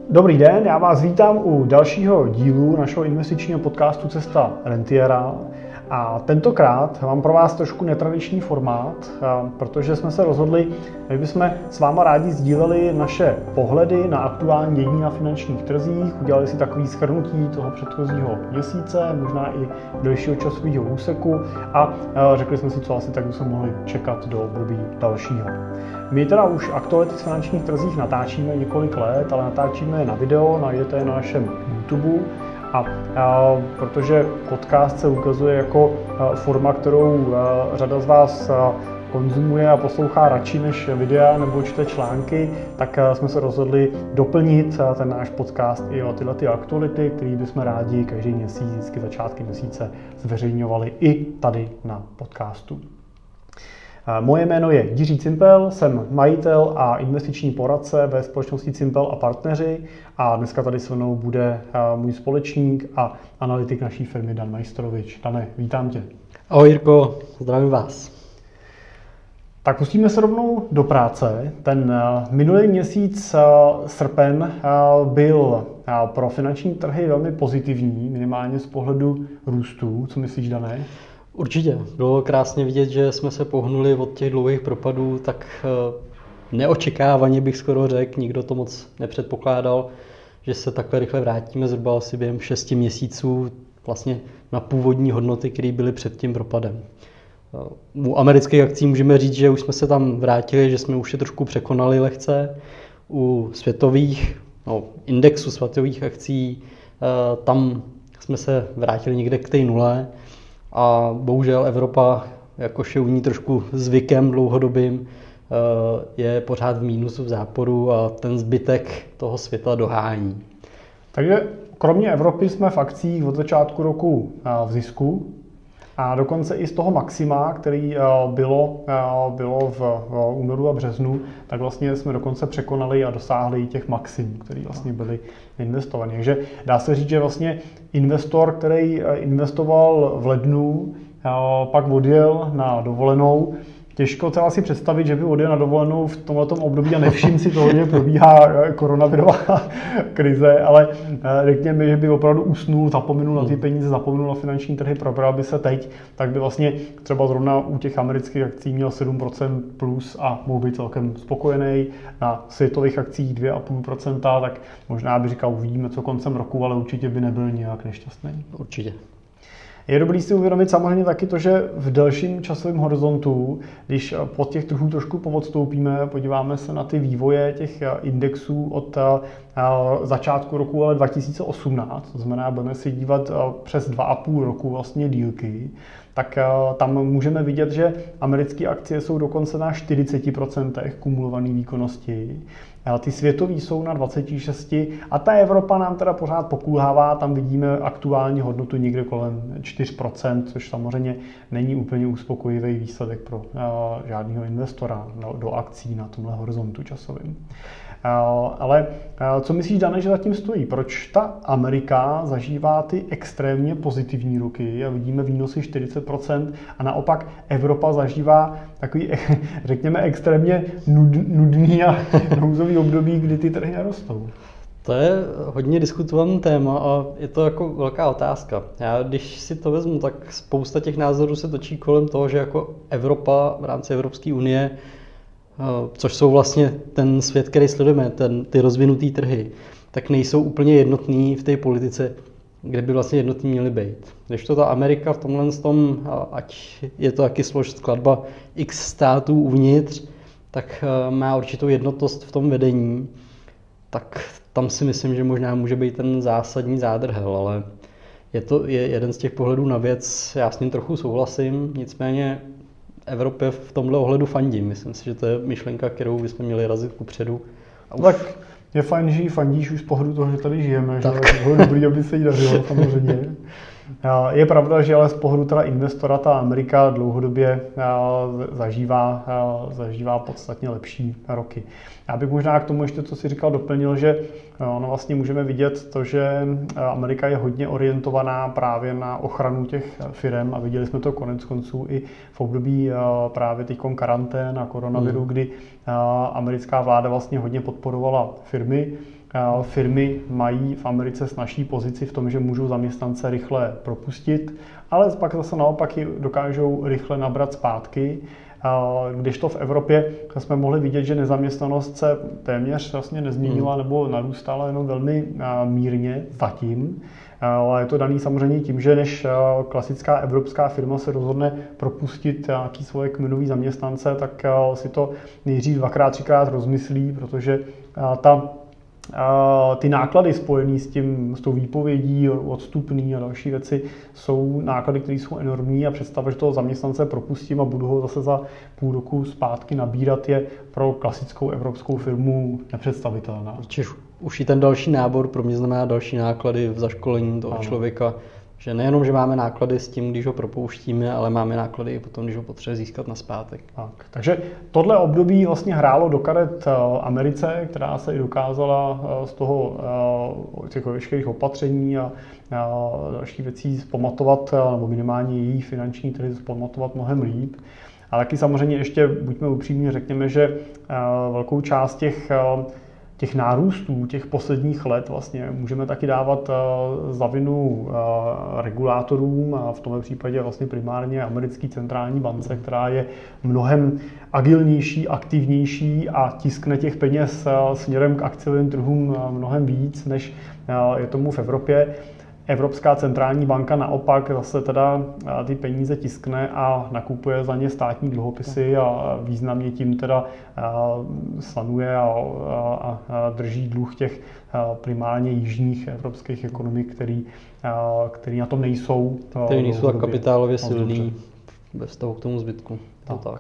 Dobrý den, já vás vítám u dalšího dílu našeho investičního podcastu Cesta rentiera. A tentokrát mám pro vás trošku netradiční formát, protože jsme se rozhodli, že bychom s váma rádi sdíleli naše pohledy na aktuální dění na finančních trzích, udělali si takový shrnutí toho předchozího měsíce, možná i delšího časového úseku a řekli jsme si, co asi tak bychom mohli čekat do období dalšího. My teda už aktuality z finančních trzích natáčíme několik let, ale natáčíme je na video, najdete je na našem YouTube. A protože podcast se ukazuje jako forma, kterou řada z vás konzumuje a poslouchá radši než videa nebo čte články, tak jsme se rozhodli doplnit ten náš podcast i o tyhle aktuality, které bychom rádi každý měsíc, vždycky začátky měsíce zveřejňovali i tady na podcastu. Moje jméno je Jiří Cimpel, jsem majitel a investiční poradce ve společnosti Cimpel a partneři a dneska tady se mnou bude můj společník a analytik naší firmy Dan Majstorovič. Dane, vítám tě. Ahoj Jirko, zdravím vás. Tak pustíme se rovnou do práce. Ten minulý měsíc srpen byl pro finanční trhy velmi pozitivní, minimálně z pohledu růstu. Co myslíš, Dané? Určitě. Bylo krásně vidět, že jsme se pohnuli od těch dlouhých propadů, tak neočekávaně bych skoro řekl, nikdo to moc nepředpokládal, že se takhle rychle vrátíme zhruba asi během 6 měsíců vlastně na původní hodnoty, které byly před tím propadem. U amerických akcí můžeme říct, že už jsme se tam vrátili, že jsme už je trošku překonali lehce. U světových, indexu světových akcí, tam jsme se vrátili někde k té nule. A bohužel Evropa, jakož je u ní trošku zvykem dlouhodobým, je pořád v mínusu, v záporu a ten zbytek toho světa dohání. Takže kromě Evropy jsme v akcích od začátku roku v zisku a dokonce i z toho maxima, který bylo v únoru a březnu, tak vlastně jsme dokonce překonali a dosáhli těch maxim, které vlastně byly investované. Takže dá se říct, že vlastně investor, který investoval v lednu, pak odjel na dovolenou, těžko třeba si představit, že by odjel na dovolenou v tomto období a nevšiml si toho, že probíhá koronavirová krize, ale řekněme, že by opravdu usnul, zapomenul na ty peníze, zapomenul na finanční trhy, probral by se teď, tak by vlastně třeba zrovna u těch amerických akcí měl 7% plus a mohl být celkem spokojený. Na světových akcích 2,5%, tak možná by říkal, uvidíme co koncem roku, ale určitě by nebyl nějak nešťastný. Určitě. Je dobré si uvědomit samozřejmě taky to, že v delším časovém horizontu, když pod těch trhů trošku poodstoupíme, podíváme se na ty vývoje těch indexů od začátku roku ale 2018, to znamená, budeme si dívat přes 2,5 roku vlastně dílky, tak tam můžeme vidět, že americké akcie jsou dokonce na 40% kumulované výkonnosti. Ty světový jsou na 26% a ta Evropa nám teda pořád pokulhává, tam vidíme aktuální hodnotu někde kolem 4%, což samozřejmě není úplně uspokojivý výsledek pro žádného investora do akcí na tomhle horizontu časovým. Ale co myslíš, Dane, že zatím stojí? Proč ta Amerika zažívá ty extrémně pozitivní roky a vidíme výnosy 40% a naopak Evropa zažívá takový, řekněme, extrémně nudný a nouzový období, kdy ty trhy nerostou? To je hodně diskutovaný téma a je to jako velká otázka. Já když si to vezmu, tak spousta těch názorů se točí kolem toho, že jako Evropa v rámci Evropské unie, což jsou vlastně ten svět, který sledujeme, ty rozvinutý trhy, tak nejsou úplně jednotný v té politice, kde by vlastně jednotní měly být. Když to ta Amerika v tomhle tom, ať je to taky skladba x států uvnitř, tak má určitou jednotnost v tom vedení, tak tam si myslím, že možná může být ten zásadní zádrhel, ale je jeden z těch pohledů na věc, já s ním trochu souhlasím, nicméně Evropě v tomhle ohledu fandím. Myslím si, že to je myšlenka, kterou bychom měli razit kupředu. Tak je fajn, že ji fandíš už z pohledu toho, že tady žijeme, tak. Že bylo dobrý, aby se jí dařilo samozřejmě. Je pravda, že ale z pohledu teda investora ta Amerika dlouhodobě zažívá podstatně lepší roky. Já bych možná k tomu ještě, co si říkal, doplnil, že ono vlastně můžeme vidět to, že Amerika je hodně orientovaná právě na ochranu těch firem a viděli jsme to konec konců i v období právě těch karantén a koronaviru, kdy americká vláda vlastně hodně podporovala firmy firmy mají v Americe snazší pozici v tom, že můžou zaměstnance rychle propustit, ale pak zase naopak ji dokážou rychle nabrat zpátky. Kdežto v Evropě jsme mohli vidět, že nezaměstnanost se téměř vlastně nezměnila nebo narůstala jenom velmi mírně zatím. Ale je to daný samozřejmě tím, že než klasická evropská firma se rozhodne propustit nějaký svoje kmenový zaměstnance, tak si to nejdřív dvakrát, třikrát rozmyslí, protože ty náklady spojené s tou výpovědí, odstupný a další věci jsou náklady, které jsou enormní a představa, že toho zaměstnance propustím a budu ho zase za půl roku zpátky nabírat, je pro klasickou evropskou firmu nepředstavitelná. Už i ten další nábor pro mě znamená další náklady v zaškolení toho člověka. Že nejenom, že máme náklady s tím, když ho propouštíme, ale máme náklady i potom, když ho potřebuje získat nazpátek. Takže tohle období vlastně hrálo do karet Americe, která se i dokázala z těch veškerých opatření a dalších věcí zpamatovat, nebo minimálně její finanční trhy zpamatovat mnohem líp. A taky samozřejmě ještě, buďme upřímní, řekněme, že velkou část těch nárůstů, těch posledních let vlastně můžeme taky dávat za vinu regulátorům a v tomhle případě vlastně primárně americké centrální bance, která je mnohem agilnější, aktivnější a tiskne těch peněz směrem k akciovým trhům mnohem víc, než je tomu v Evropě. Evropská centrální banka naopak zase teda ty peníze tiskne a nakupuje za ně státní dluhopisy a významně tím teda sanuje a drží dluh těch primárně jižních evropských ekonomik, který na tom nejsou. Který nejsou tak kapitálově silný ve vztahu k tomu zbytku. Tak.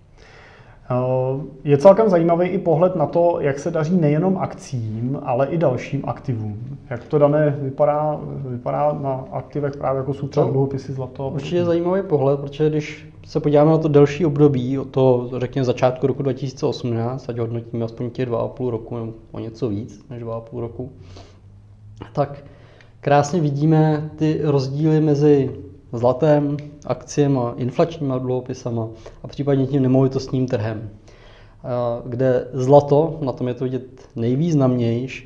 Je celkem zajímavý i pohled na to, jak se daří nejenom akciím, ale i dalším aktivům. Jak to dané vypadá na aktivech právě jako jsou třeba dluhopisy, zlato? Určitě zajímavý pohled, protože když se podíváme na to delší období, od toho řekněme začátku roku 2018, ať hodnotíme aspoň těch 2,5 roku nebo o něco víc než 2,5 roku, tak krásně vidíme ty rozdíly mezi zlatem, akciemi, inflačními dluhopisama a případně tím nemovitostním trhem, kde zlato, na tom je to vidět nejvýznamnější,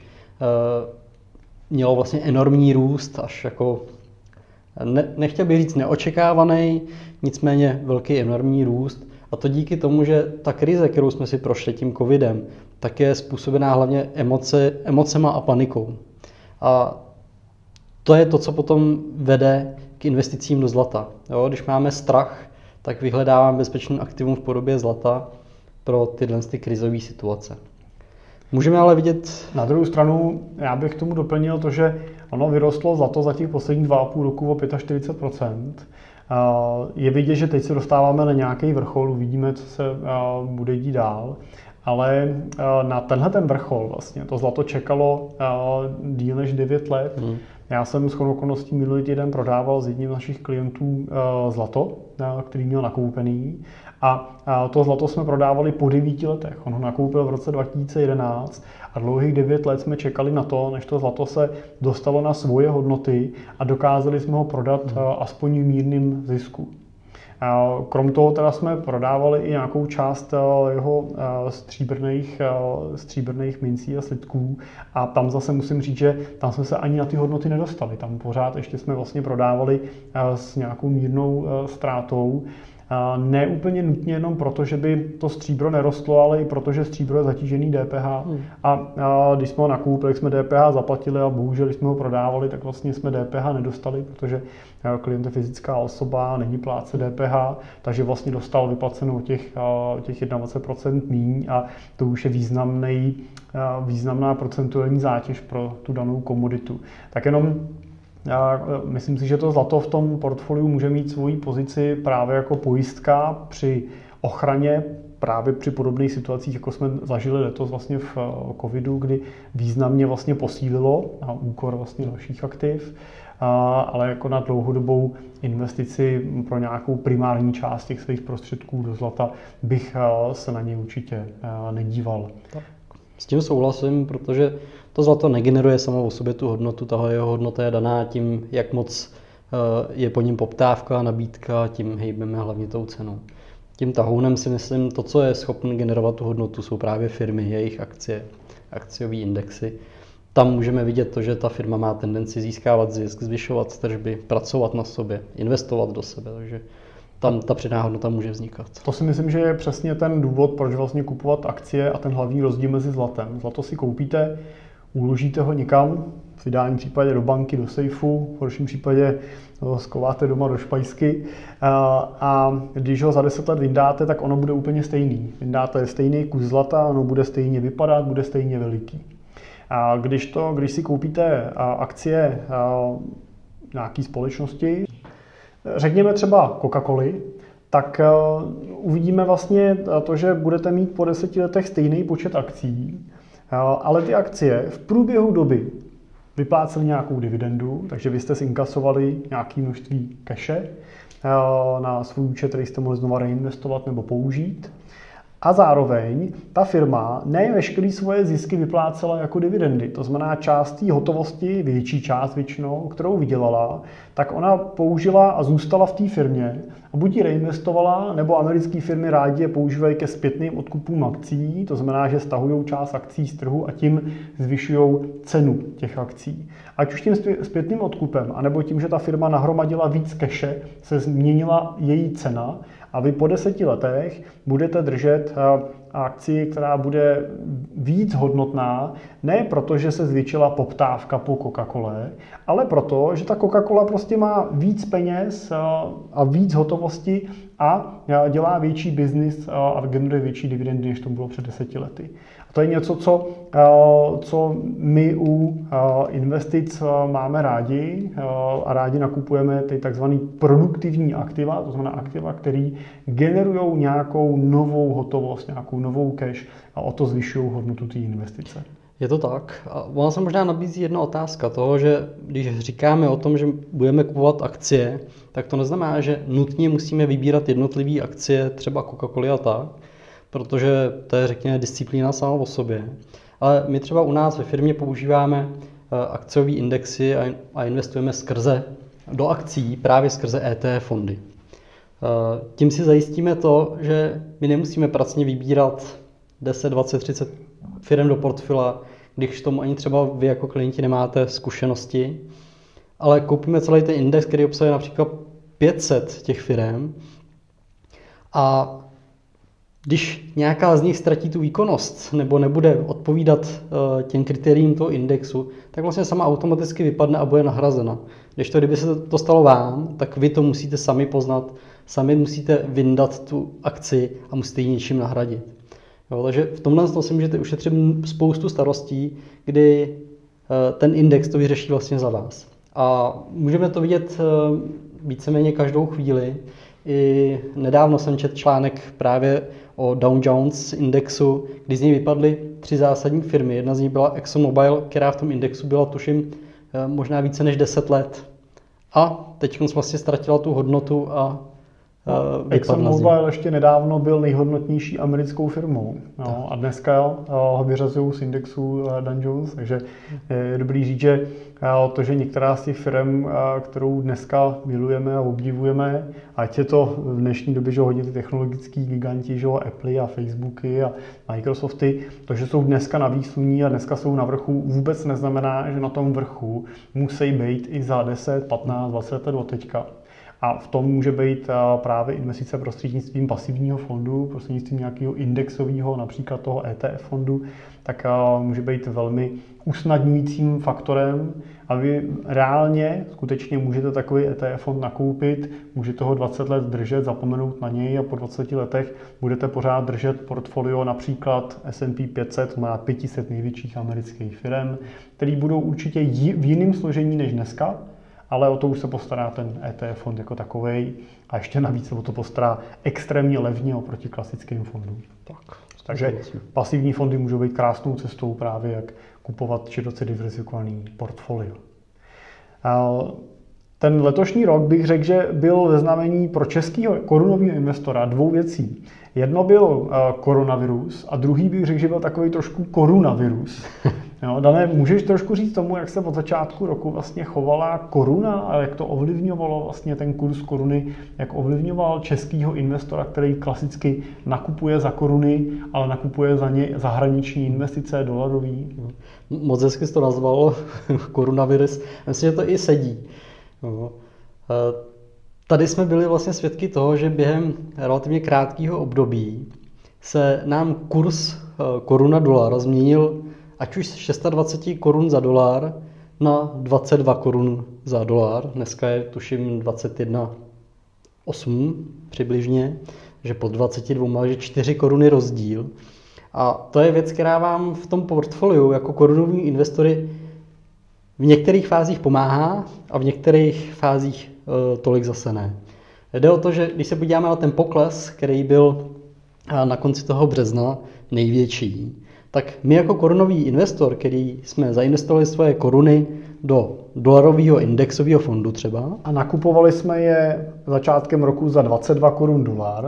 mělo vlastně enormní růst, až jako, nechtěl bych říct neočekávaný, nicméně velký enormní růst. A to díky tomu, že ta krize, kterou jsme si prošli tím covidem, tak je způsobená hlavně emocema a panikou. A to je to, co potom vede k investicím do zlata. Jo, když máme strach, tak vyhledáváme bezpečný aktivum v podobě zlata pro tyhle krizové situace. Můžeme ale vidět... Na druhou stranu, já bych k tomu doplnil to, že ono vyrostlo zlato za těch posledních 2,5 roku o 45%. Je vidět, že teď se dostáváme na nějaký vrchol, uvidíme, co se bude dít dál. Ale na tenhle ten vrchol vlastně to zlato čekalo díl než 9 let. Já jsem shodou okolností minulý týden prodával s jedním z našich klientů zlato, který měl nakoupený. A to zlato jsme prodávali po 9 letech. On ho nakoupil v roce 2011 a dlouhých 9 let jsme čekali na to, než to zlato se dostalo na svoje hodnoty a dokázali jsme ho prodat aspoň v mírným zisku. Krom toho teda jsme prodávali i nějakou část jeho stříbrných mincí a slitků a tam zase musím říct, že tam jsme se ani na ty hodnoty nedostali. Tam pořád ještě jsme vlastně prodávali s nějakou mírnou ztrátou. Ne úplně nutně jenom proto, že by to stříbro nerostlo, ale i proto, že stříbro je zatížený DPH. A když jsme ho nakoupili, jsme DPH zaplatili a bohužel, když jsme ho prodávali, tak vlastně jsme DPH nedostali, protože klient je fyzická osoba, není plátce DPH, takže vlastně dostal vyplaceno těch 21% míň a to už je významná procentuální zátěž pro tu danou komoditu. Tak jenom myslím si, že to zlato v tom portfoliu může mít svoji pozici právě jako pojistka při ochraně, právě při podobných situacích, jako jsme zažili letos vlastně v covidu, kdy významně vlastně posílilo na úkor vlastně dalších aktiv, ale jako na dlouhodobou investici pro nějakou primární část těch svých prostředků do zlata bych se na něj určitě nedíval. S tím souhlasím, protože to zlato negeneruje samo o sobě tu hodnotu, tahle jeho hodnota je daná tím, jak moc je po něm poptávka, nabídka, tím hejbeme hlavně tou cenou. tím tahounem si myslím, to, co je schopné generovat tu hodnotu, jsou právě firmy, jejich akcie, akciové indexy. Tam můžeme vidět to, že ta firma má tendenci získávat zisk, zvyšovat tržby, pracovat na sobě, investovat do sebe, takže tam ta přidaná hodnota může vznikat. To si myslím, že je přesně ten důvod, proč vlastně kupovat akcie a ten hlavní rozdíl mezi zlatem. Zlato si koupíte, uložíte ho někam, v ideálním případě do banky, do sejfu, v horším případě ho schováte doma do špajsky a když ho za 10 let vyndáte, tak ono bude úplně stejný. Vyndáte stejný kus zlata, ono bude stejně vypadat, bude stejně veliký. A když si koupíte akcie nějaké společnosti, řekněme třeba Coca-Coly, tak uvidíme vlastně to, že budete mít po 10 letech stejný počet akcí, ale ty akcie v průběhu doby vyplácely nějakou dividendu, takže vy jste si inkasovali nějaké množství cache na svůj účet, který jste mohli znovu reinvestovat nebo použít. A zároveň ta firma ne veškeré svoje zisky vyplácela jako dividendy. To znamená část té hotovosti, větší část většinou, kterou vydělala, tak ona použila a zůstala v té firmě a buď ji reinvestovala, nebo americké firmy rádi je používají ke zpětným odkupům akcí, to znamená, že stahují část akcí z trhu a tím zvyšují cenu těch akcí. Ať už tím zpětným odkupem, anebo tím, že ta firma nahromadila víc cache, se změnila její cena, a vy po 10 letech budete držet akci, která bude víc hodnotná, ne proto, že se zvětšila poptávka po Coca-Cole, ale proto, že ta Coca-Cola prostě má víc peněz a víc hotovosti a dělá větší biznis a generuje větší dividendy, než to bylo před 10 lety. A to je něco, co my u investic máme rádi a rádi nakupujeme ty takzvané produktivní aktiva, to znamená aktiva, které generují nějakou novou hotovost, nějakou novou cash a o to zvyšují hodnotu té investice. Je to tak. A ona se možná nabízí jedna otázka toho, že když říkáme o tom, že budeme kupovat akcie, tak to neznamená, že nutně musíme vybírat jednotlivé akcie, třeba Coca-Coly a tak, protože to je, řekněme, disciplína sama o sobě. Ale my třeba u nás ve firmě používáme akciové indexy a investujeme do akcí právě skrze ETF fondy. Tím si zajistíme to, že my nemusíme pracně vybírat 10, 20, 30 firem do portfila, když tomu ani třeba vy jako klienti nemáte zkušenosti, ale koupíme celý ten index, který obsahuje například 500 těch firem a když nějaká z nich ztratí tu výkonnost nebo nebude odpovídat těm kritériím toho indexu, tak vlastně sama automaticky vypadne a bude nahrazena. Kdyby se to stalo vám, tak vy to musíte sami poznat, sami musíte vyndat tu akci a musíte ji něčím nahradit. Jo, takže v tomhle si můžete ušetřit spoustu starostí, kdy ten index to vyřeší vlastně za vás. A můžeme to vidět víceméně každou chvíli. I nedávno jsem četl článek právě o Dow Jones indexu, kdy z něj vypadly 3 zásadní firmy. Jedna z nich byla ExxonMobil, která v tom indexu byla, tuším, možná více než 10 let. A teď vlastně ztratila tu hodnotu a ExxonMobil ještě nedávno byl nejhodnotnější americkou firmou. No, a dneska ho vyřazují z indexu Dow Jones, takže je dobrý říct, že to, že některá z těch firm, kterou dneska milujeme a obdivujeme, ať je to v dnešní době, že hodně ty technologický giganti, že Apple a Facebooky a Microsofty, to, že jsou dneska na výsluní a dneska jsou na vrchu, vůbec neznamená, že na tom vrchu musí být i za 10, 15, 20 let od teďka. A v tom může být právě investice prostřednictvím pasivního fondu, prostřednictvím nějakého indexového, například toho ETF fondu, tak může být velmi usnadňujícím faktorem a vy reálně skutečně můžete takový ETF fond nakoupit, můžete ho 20 let držet, zapomenout na něj a po 20 letech budete pořád držet portfolio například S&P 500, to má 500 největších amerických firm, které budou určitě v jiném složení než dneska, ale o to už se postará ten ETF fond jako takovej a ještě navíc se o to postará extrémně levně oproti klasickým fondům. Takže pasivní fondy můžou být krásnou cestou právě, jak kupovat široce diverzifikovaný portfolio. Ten letošní rok bych řekl, že byl ve znamení pro českého korunového investora 2 věcí. Jedno byl koronavirus a druhý bych řekl, že byl takový trošku korunavirus. Jo, Dané, můžeš trošku říct tomu, jak se od začátku roku vlastně chovala koruna a jak to ovlivňovalo vlastně ten kurz koruny, jak ovlivňoval českýho investora, který klasicky nakupuje za koruny, ale nakupuje za ně zahraniční investice dolarový? Moc hezky jsi to nazval, koronavirus. Myslím, že to i sedí. No. Tady jsme byli vlastně svědky toho, že během relativně krátkého období se nám kurz koruna dolar změnil ať už z 26 korun za dolar na 22 korun za dolar. Dneska je tuším 21,8 přibližně, že pod 22 je 4 koruny rozdíl. A to je věc, která vám v tom portfoliu jako korunoví investory v některých fázích pomáhá a v některých fázích tolik zase ne. Jde o to, že když se podíváme na ten pokles, který byl na konci toho března největší, tak my jako korunový investor, který jsme zainvestovali svoje koruny do dolarového indexového fondu třeba. A nakupovali jsme je začátkem roku za 22 korun dolar.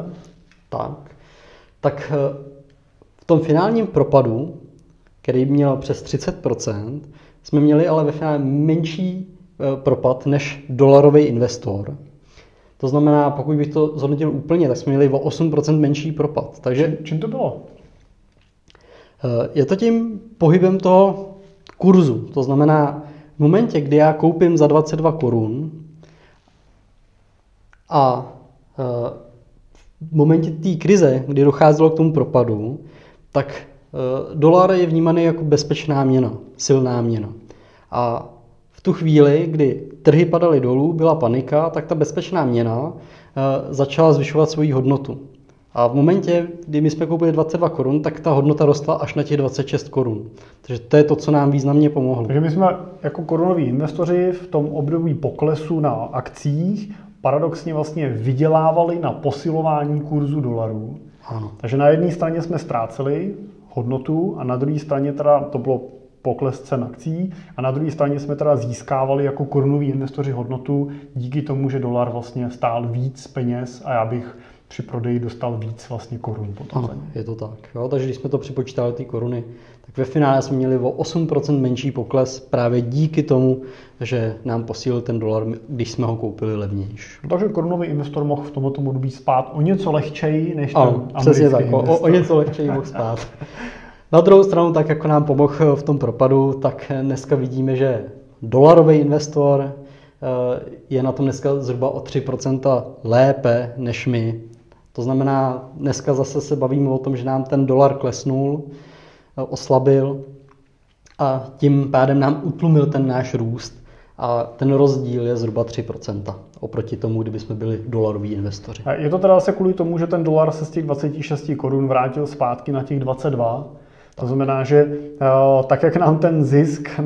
Tak v tom finálním propadu, který měl přes 30%, jsme měli ale ve finále menší propad než dolarový investor. To znamená, pokud bych to zhodnotil úplně, tak jsme měli o 8% menší propad. Takže čím to bylo? Je to tím pohybem toho kurzu. To znamená, v momentě, kdy já koupím za 22 korun a v momentě té krize, kdy docházelo k tomu propadu, tak dolar je vnímaný jako bezpečná měna, silná měna. A v tu chvíli, kdy trhy padaly dolů, byla panika, tak ta bezpečná měna začala zvyšovat svoji hodnotu. A v momentě, kdy my jsme koupili 22 korun, tak ta hodnota rostla až na těch 26 korun. Takže to je to, co nám významně pomohlo. Takže my jsme jako korunoví investoři v tom období poklesu na akcích paradoxně vlastně vydělávali na posilování kurzu dolarů. Ano. Takže na jedné straně jsme ztráceli hodnotu a na druhé straně teda to bylo pokles cen akcí a na druhé straně jsme teda získávali jako korunoví investoři hodnotu díky tomu, že dolar vlastně stál víc peněz a já bych při prodeji dostal víc vlastně korun potom. Ano, je to tak. Jo? Takže když jsme to připočítali ty koruny, tak ve finále jsme měli o 8% menší pokles právě díky tomu, že nám posílil ten dolar, když jsme ho koupili levnější. Takže korunový investor mohl v tomto období spát o něco lehčeji než ten americký přesně tak, investor. o něco lehčeji mohl spát. Na druhou stranu, tak jako nám pomohl v tom propadu, tak dneska vidíme, že dolarový investor je na tom dneska zhruba o 3% lépe než my. To znamená, dneska zase se bavíme o tom, že nám ten dolar klesnul, oslabil a tím pádem nám utlumil ten náš růst a ten rozdíl je zhruba 3% oproti tomu, kdyby jsme byli dolaroví investoři. Je to teda zase kvůli tomu, že ten dolar se z těch 26 korun vrátil zpátky na těch 22. To znamená, že tak, jak nám ten zisk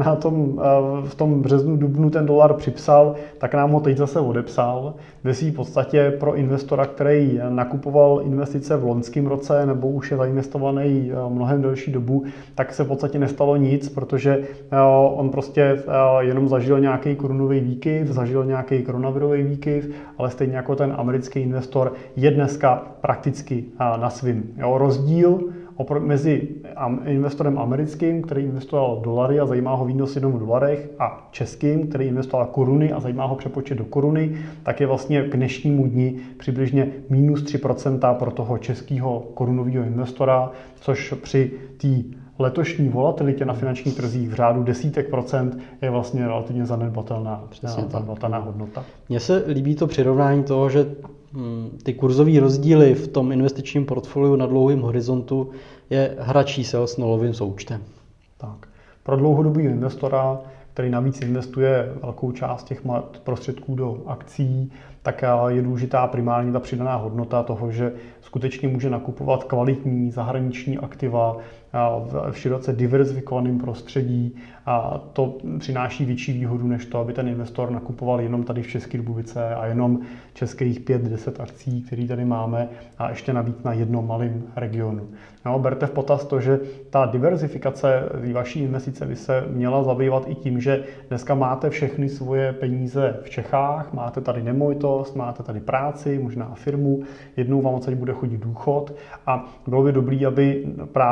v tom březnu, dubnu ten dolar připsal, tak nám ho teď zase odepsal. Ve v podstatě pro investora, který nakupoval investice v loňském roce nebo už je zainvestovaný mnohem delší dobu, tak se v podstatě nestalo nic, protože on prostě jenom zažil nějaký korunový výkyv, zažil nějaký koronavirový výkyv, ale stejně jako ten americký investor je dneska prakticky na svým. Rozdíl mezi investorem americkým, který investoval dolary a zajímá ho výnos jenom v dolarech, a českým, který investoval koruny a zajímá ho přepočet do koruny, tak je vlastně k dnešnímu dni přibližně minus 3% pro toho českého korunového investora, což při té letošní volatilitě na finančních trzích v řádu desítek procent je vlastně relativně zanedbatelná hodnota. Mně se líbí to přirovnání toho, že ty kurzové rozdíly v tom investičním portfoliu na dlouhém horizontu je hra čísel s nulovým součtem. Tak. Pro dlouhodobého investora, který navíc investuje velkou část těch prostředků do akcí, tak je důležitá primárně ta přidaná hodnota toho, že skutečně může nakupovat kvalitní zahraniční aktiva v široce diverzifikovaném prostředí a to přináší větší výhodu, než to, aby ten investor nakupoval jenom tady v České republice a jenom českých 5-10 akcí, které tady máme a ještě navíc na jednom malém regionu. No, berte v potaz to, že ta diverzifikace vaší investice by se měla zabývat i tím, že dneska máte všechny svoje peníze v Čechách, máte tady nemovitost, máte tady práci, možná firmu, jednou vám odsaď bude chodit důchod a bylo by dobré, aby právě veškerý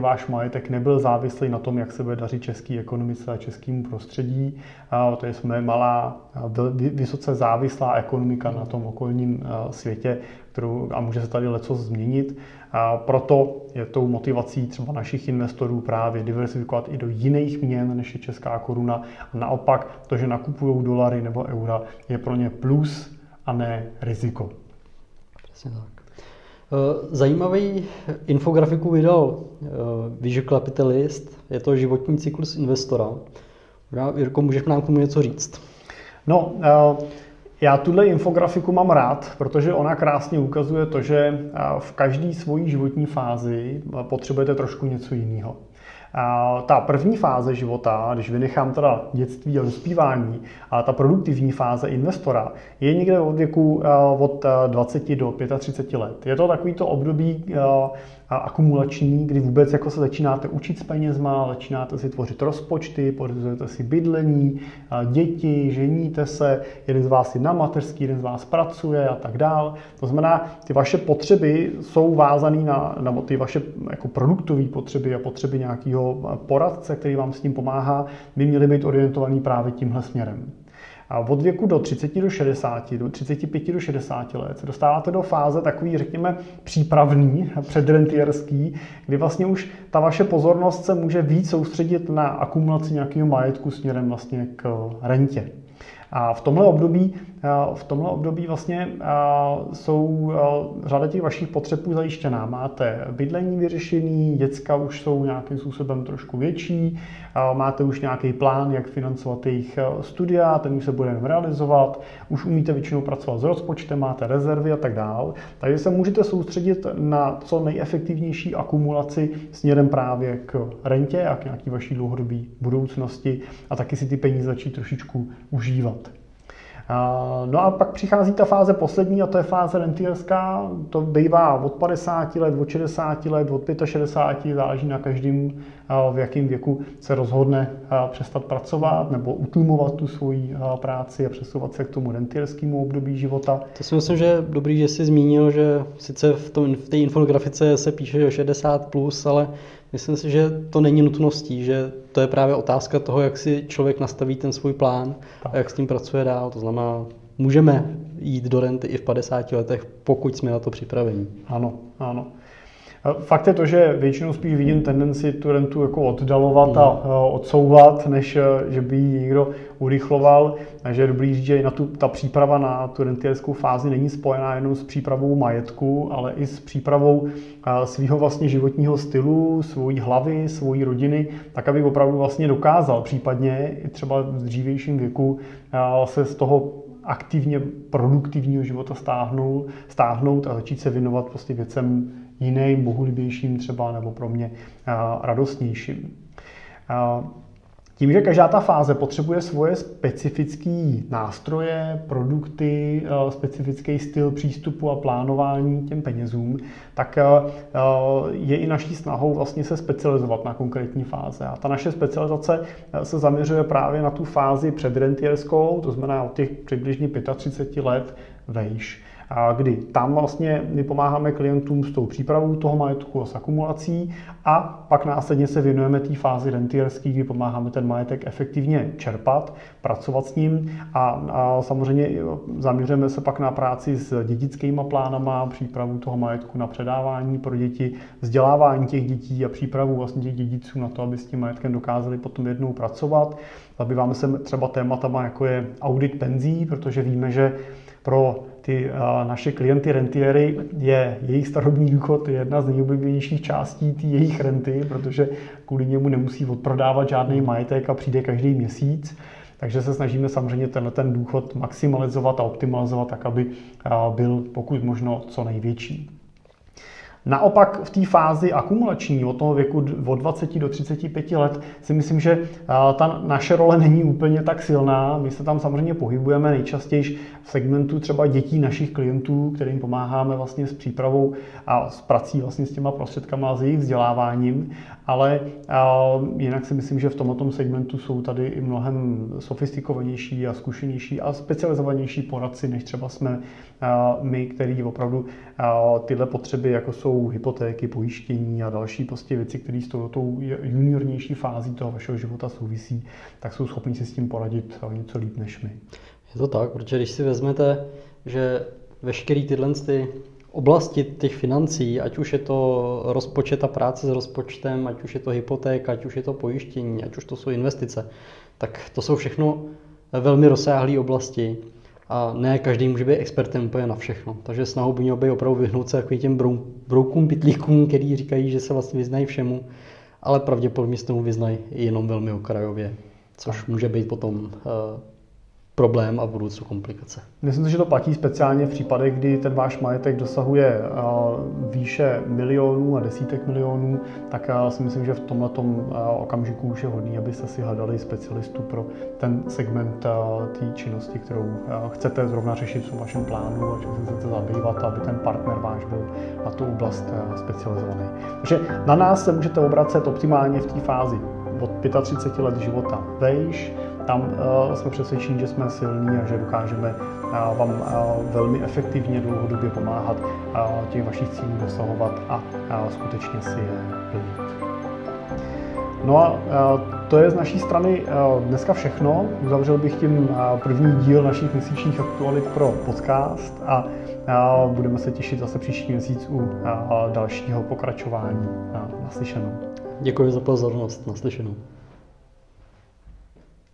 váš majetek nebyl závislý na tom, jak se bude dařit české ekonomice a českému prostředí. Protože jsme malá, vysoce závislá ekonomika na tom okolním světě, a může se tady leco změnit. Proto je tou motivací třeba našich investorů právě diversifikovat i do jiných měn, než je česká koruna. A naopak to, že nakupují dolary nebo eura, je pro ně plus a ne riziko. Přesně tak. Zajímavý infografiku vydal Visual Capitalist, je to životní cyklus investora. Jirko, můžeš nám k tomu něco říct? No, já tuhle infografiku mám rád, protože ona krásně ukazuje to, že v každé svojí životní fázi potřebujete trošku něco jiného. Ta první fáze života, když vynechám teda dětství a dospívání, a ta produktivní fáze investora je někde od věku od 20 do 35 let. Je to takovýto období akumulační, kdy vůbec jako se začínáte učit s penězma, začínáte si tvořit rozpočty, pořizujete si bydlení, děti, ženíte se, jeden z vás je na mateřský, jeden z vás pracuje a tak dál. To znamená, ty vaše potřeby jsou vázané na ty vaše jako produktové potřeby a potřeby nějakého poradce, který vám s tím pomáhá, by měly být orientovaný právě tímhle směrem. A od věku do 30 do 60, do 35 do 60 let se dostáváte do fáze takový, řekněme, přípravný, předrentierský, kdy vlastně už ta vaše pozornost se může víc soustředit na akumulaci nějakého majetku směrem vlastně k rentě. A v tomhle období vlastně jsou řada těch vašich potřebů zajištěná. Máte bydlení vyřešený, děcka už jsou nějakým způsobem trošku větší, máte už nějaký plán, jak financovat jejich studia, ten už se bude realizovat, už umíte většinou pracovat s rozpočtem, máte rezervy a tak dál. Takže se můžete soustředit na co nejefektivnější akumulaci směrem právě k rentě a k nějaký vaší dlouhodobé budoucnosti a taky si ty peníze začít trošičku užívat. No a pak přichází ta fáze poslední a to je fáze rentierská. To bývá od 50 let, od 60 let, od 65, záleží na každém, v jakém věku se rozhodne přestat pracovat nebo utlumovat tu svoji práci a přesouvat se k tomu rentierskému období života. To si myslím, že je dobrý, že jsi zmínil, že sice v té infografice se píše, že 60 plus, ale myslím si, že to není nutností, že to je právě otázka toho, jak si člověk nastaví ten svůj plán a jak s tím pracuje dál. To znamená, můžeme jít do renty i v 50 letech, pokud jsme na to připraveni. Ano, ano. Fakt je to, že většinou spíš vidím tendenci tu rentu jako oddalovat a odsouvat, než že by ji někdo urychloval. Takže je dobrý říct, že ta příprava na tu rentierskou fázi není spojená jenom s přípravou majetku, ale i s přípravou svého vlastně životního stylu, svojí hlavy, svojí rodiny, tak aby opravdu vlastně dokázal případně i třeba v dřívějším věku se z toho aktivně produktivního života stáhnout a začít se věnovat prostě věcem jiným, bohulibějším třeba, nebo pro mě radostnějším. Tím, že každá ta fáze potřebuje svoje specifické nástroje, produkty, specifický styl přístupu a plánování těm penězům, tak je i naší snahou vlastně se specializovat na konkrétní fáze. A ta naše specializace se zaměřuje právě na tu fázi předrentierskou, to znamená od těch přibližně 35 let vejš, kdy tam vlastně my pomáháme klientům s tou přípravou toho majetku a s akumulací a pak následně se věnujeme té fázi rentierské, kdy pomáháme ten majetek efektivně čerpat, pracovat s ním a samozřejmě zaměřujeme se pak na práci s dědickýma plánama, přípravu toho majetku na předávání pro děti, vzdělávání těch dětí a přípravu vlastně těch dědiců na to, aby s tím majetkem dokázali potom jednou pracovat. Zabýváme se třeba tématama, jako je audit penzí, protože víme, že pro ty naše klienty rentiery je jejich starobní důchod jedna z nejoblíbenějších částí té jejich renty, protože kvůli němu nemusí odprodávat žádný majetek a přijde každý měsíc. Takže se snažíme samozřejmě ten důchod maximalizovat a optimalizovat tak, aby byl pokud možno co největší. Naopak v té fázi akumulační od toho věku od 20 do 35 let si myslím, že ta naše role není úplně tak silná. My se tam samozřejmě pohybujeme nejčastěji v segmentu třeba dětí našich klientů, kterým pomáháme vlastně s přípravou a s prací vlastně s těma prostředkama a s jejich vzděláváním, ale jinak si myslím, že v tomto segmentu jsou tady i mnohem sofistikovanější a zkušenější a specializovanější poradci, než třeba jsme my, který opravdu tyhle potřeby, jako jsou jsou hypotéky, pojištění a další prostě věci, které s tou juniornější fází toho vašeho života souvisí, tak jsou schopni si s tím poradit něco líp než my. Je to tak, protože když si vezmete, že veškerý tyhle oblasti těch financí, ať už je to rozpočet a práce s rozpočtem, ať už je to hypotéka, ať už je to pojištění, ať už to jsou investice, tak to jsou všechno velmi rozsáhlé oblasti a ne každý může být expertem úplně na všechno. Takže snahou by mělo být opravdu vyhnout se takovým těm broukům, pytlíkům, který říkají, že se vlastně vyznají všemu, ale pravděpodobně s tomu vyznají jenom velmi okrajově, což může být potom problém a v budoucnu komplikace. Myslím si, že to platí speciálně v případech, kdy ten váš majetek dosahuje výše milionů a desítek milionů, tak si myslím, že v tomhletom okamžiku už je hodný, abyste si hledali specialistu pro ten segment té činnosti, kterou chcete zrovna řešit v vašem plánu a čím se chcete zabývat, aby ten partner váš byl na tu oblast specializovaný. Takže na nás se můžete obracet optimálně v té fázi od 35 let života vejš. Tam jsme přesvědčeni, že jsme silní a že dokážeme vám velmi efektivně dlouhodobě pomáhat těch vašich cílů dosahovat a skutečně si je plnit. No a to je z naší strany dneska všechno. Uzavřel bych tím první díl našich měsíčních aktualit pro podcast a budeme se těšit zase příští měsíc u dalšího pokračování. Naslyšenou. Děkuji za pozornost. Naslyšenou.